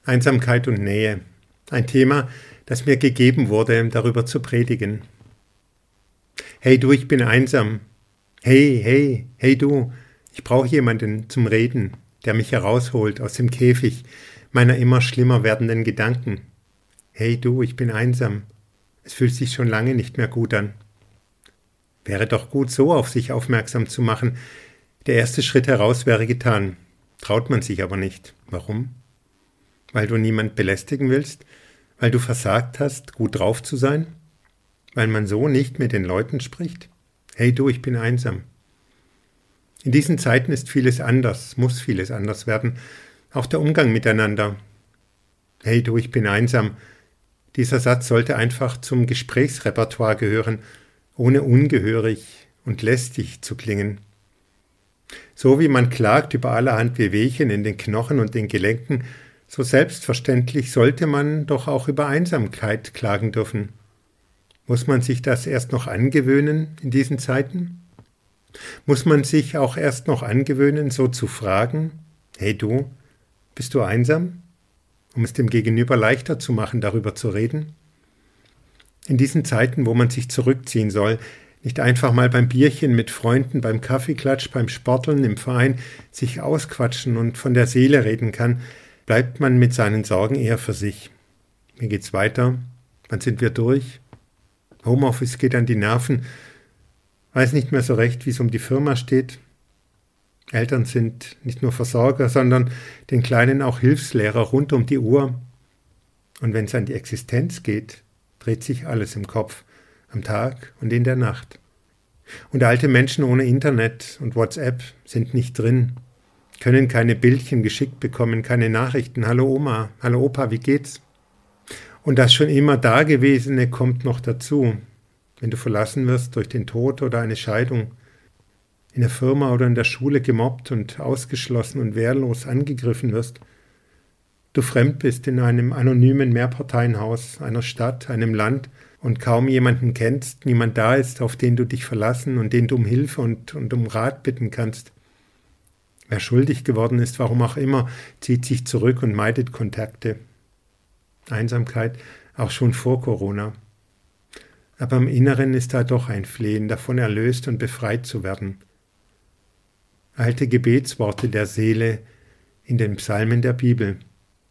Einsamkeit und Nähe. Ein Thema, das mir gegeben wurde, darüber zu predigen. Hey du, ich bin einsam. Hey du, ich brauche jemanden zum Reden, der mich herausholt aus dem Käfig meiner immer schlimmer werdenden Gedanken. Hey du, ich bin einsam. Es fühlt sich schon lange nicht mehr gut an. Wäre doch gut, so auf sich aufmerksam zu machen. Der erste Schritt heraus wäre getan. Traut man sich aber nicht. Warum? Weil du niemand belästigen willst? Weil du versagt hast, gut drauf zu sein? Weil man so nicht mit den Leuten spricht? Hey du, ich bin einsam. In diesen Zeiten ist vieles anders, muss vieles anders werden. Auch der Umgang miteinander. Hey du, ich bin einsam. Dieser Satz sollte einfach zum Gesprächsrepertoire gehören, ohne ungehörig und lästig zu klingen. So wie man klagt über allerhand Wehwehchen in den Knochen und den Gelenken, so selbstverständlich sollte man doch auch über Einsamkeit klagen dürfen. Muss man sich das erst noch angewöhnen in diesen Zeiten? Muss man sich auch erst noch angewöhnen, so zu fragen, hey du, bist du einsam? Um es dem Gegenüber leichter zu machen, darüber zu reden? In diesen Zeiten, wo man sich zurückziehen soll, nicht einfach mal beim Bierchen mit Freunden, beim Kaffeeklatsch, beim Sporteln im Verein sich ausquatschen und von der Seele reden kann, bleibt man mit seinen Sorgen eher für sich. Wie geht's weiter? Wann sind wir durch? Homeoffice geht an die Nerven. Weiß nicht mehr so recht, wie es um die Firma steht. Eltern sind nicht nur Versorger, sondern den Kleinen auch Hilfslehrer rund um die Uhr. Und wenn es an die Existenz geht, dreht sich alles im Kopf, am Tag und in der Nacht. Und alte Menschen ohne Internet und WhatsApp sind nicht drin, können keine Bildchen geschickt bekommen, keine Nachrichten. Hallo Oma, hallo Opa, wie geht's? Und das schon immer Dagewesene kommt noch dazu. Wenn du verlassen wirst durch den Tod oder eine Scheidung, in der Firma oder in der Schule gemobbt und ausgeschlossen und wehrlos angegriffen wirst, du fremd bist in einem anonymen Mehrparteienhaus, einer Stadt, einem Land und kaum jemanden kennst, niemand da ist, auf den du dich verlassen und den du um Hilfe und um Rat bitten kannst. Wer schuldig geworden ist, warum auch immer, zieht sich zurück und meidet Kontakte. Einsamkeit, auch schon vor Corona. Aber im Inneren ist da doch ein Flehen, davon erlöst und befreit zu werden. Alte Gebetsworte der Seele in den Psalmen der Bibel.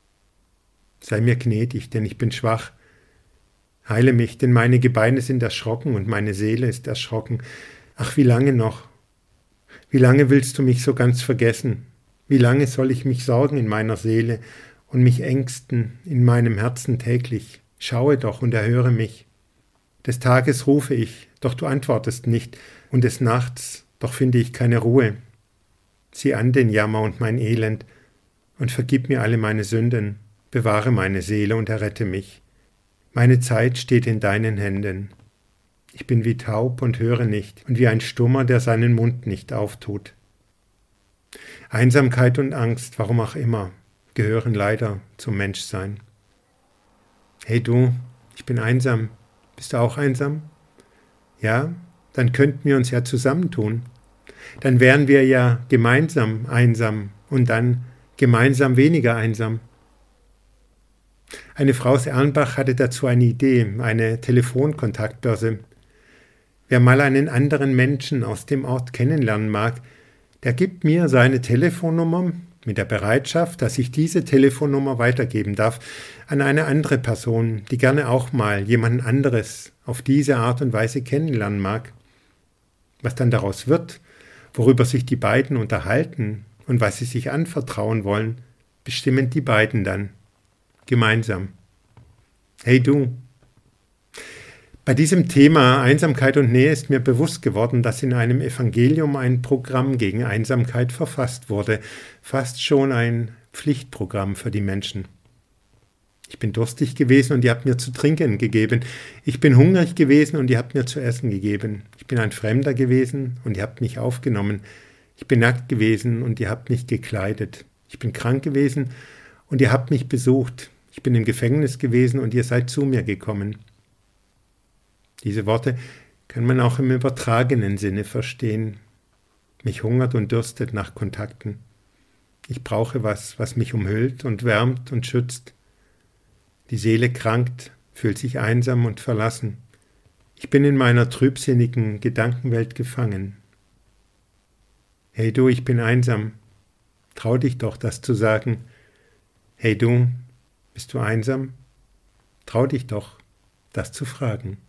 Sei mir gnädig, denn ich bin schwach. Heile mich, denn meine Gebeine sind erschrocken und meine Seele ist erschrocken. Ach, wie lange noch? Wie lange willst du mich so ganz vergessen? Wie lange soll ich mich sorgen in meiner Seele und mich ängsten in meinem Herzen täglich? Schaue doch und erhöre mich. Des Tages rufe ich, doch du antwortest nicht, und des Nachts, doch finde ich keine Ruhe. Sieh an den Jammer und mein Elend, und vergib mir alle meine Sünden, bewahre meine Seele und errette mich. Meine Zeit steht in deinen Händen. Ich bin wie taub und höre nicht, und wie ein Stummer, der seinen Mund nicht auftut. Einsamkeit und Angst, warum auch immer, gehören leider zum Menschsein. Hey du, ich bin einsam. Bist du auch einsam? Ja, dann könnten wir uns ja zusammentun. Dann wären wir ja gemeinsam einsam und dann gemeinsam weniger einsam. Eine Frau aus Erlenbach hatte dazu eine Idee, eine Telefonkontaktbörse. Wer mal einen anderen Menschen aus dem Ort kennenlernen mag, der gibt mir seine Telefonnummer mit der Bereitschaft, dass ich diese Telefonnummer weitergeben darf an eine andere Person, die gerne auch mal jemand anderes auf diese Art und Weise kennenlernen mag. Was dann daraus wird, worüber sich die beiden unterhalten und was sie sich anvertrauen wollen, bestimmen die beiden dann gemeinsam. Hey du! Bei diesem Thema Einsamkeit und Nähe ist mir bewusst geworden, dass in einem Evangelium ein Programm gegen Einsamkeit verfasst wurde, fast schon ein Pflichtprogramm für die Menschen. Ich bin durstig gewesen und ihr habt mir zu trinken gegeben. Ich bin hungrig gewesen und ihr habt mir zu essen gegeben. Ich bin ein Fremder gewesen und ihr habt mich aufgenommen. Ich bin nackt gewesen und ihr habt mich gekleidet. Ich bin krank gewesen und ihr habt mich besucht. Ich bin im Gefängnis gewesen und ihr seid zu mir gekommen. Diese Worte kann man auch im übertragenen Sinne verstehen. Mich hungert und dürstet nach Kontakten. Ich brauche was mich umhüllt und wärmt und schützt. Die Seele krankt, fühlt sich einsam und verlassen. Ich bin in meiner trübsinnigen Gedankenwelt gefangen. Hey du, ich bin einsam. Trau dich doch, das zu sagen. Hey du, bist du einsam? Trau dich doch, das zu fragen.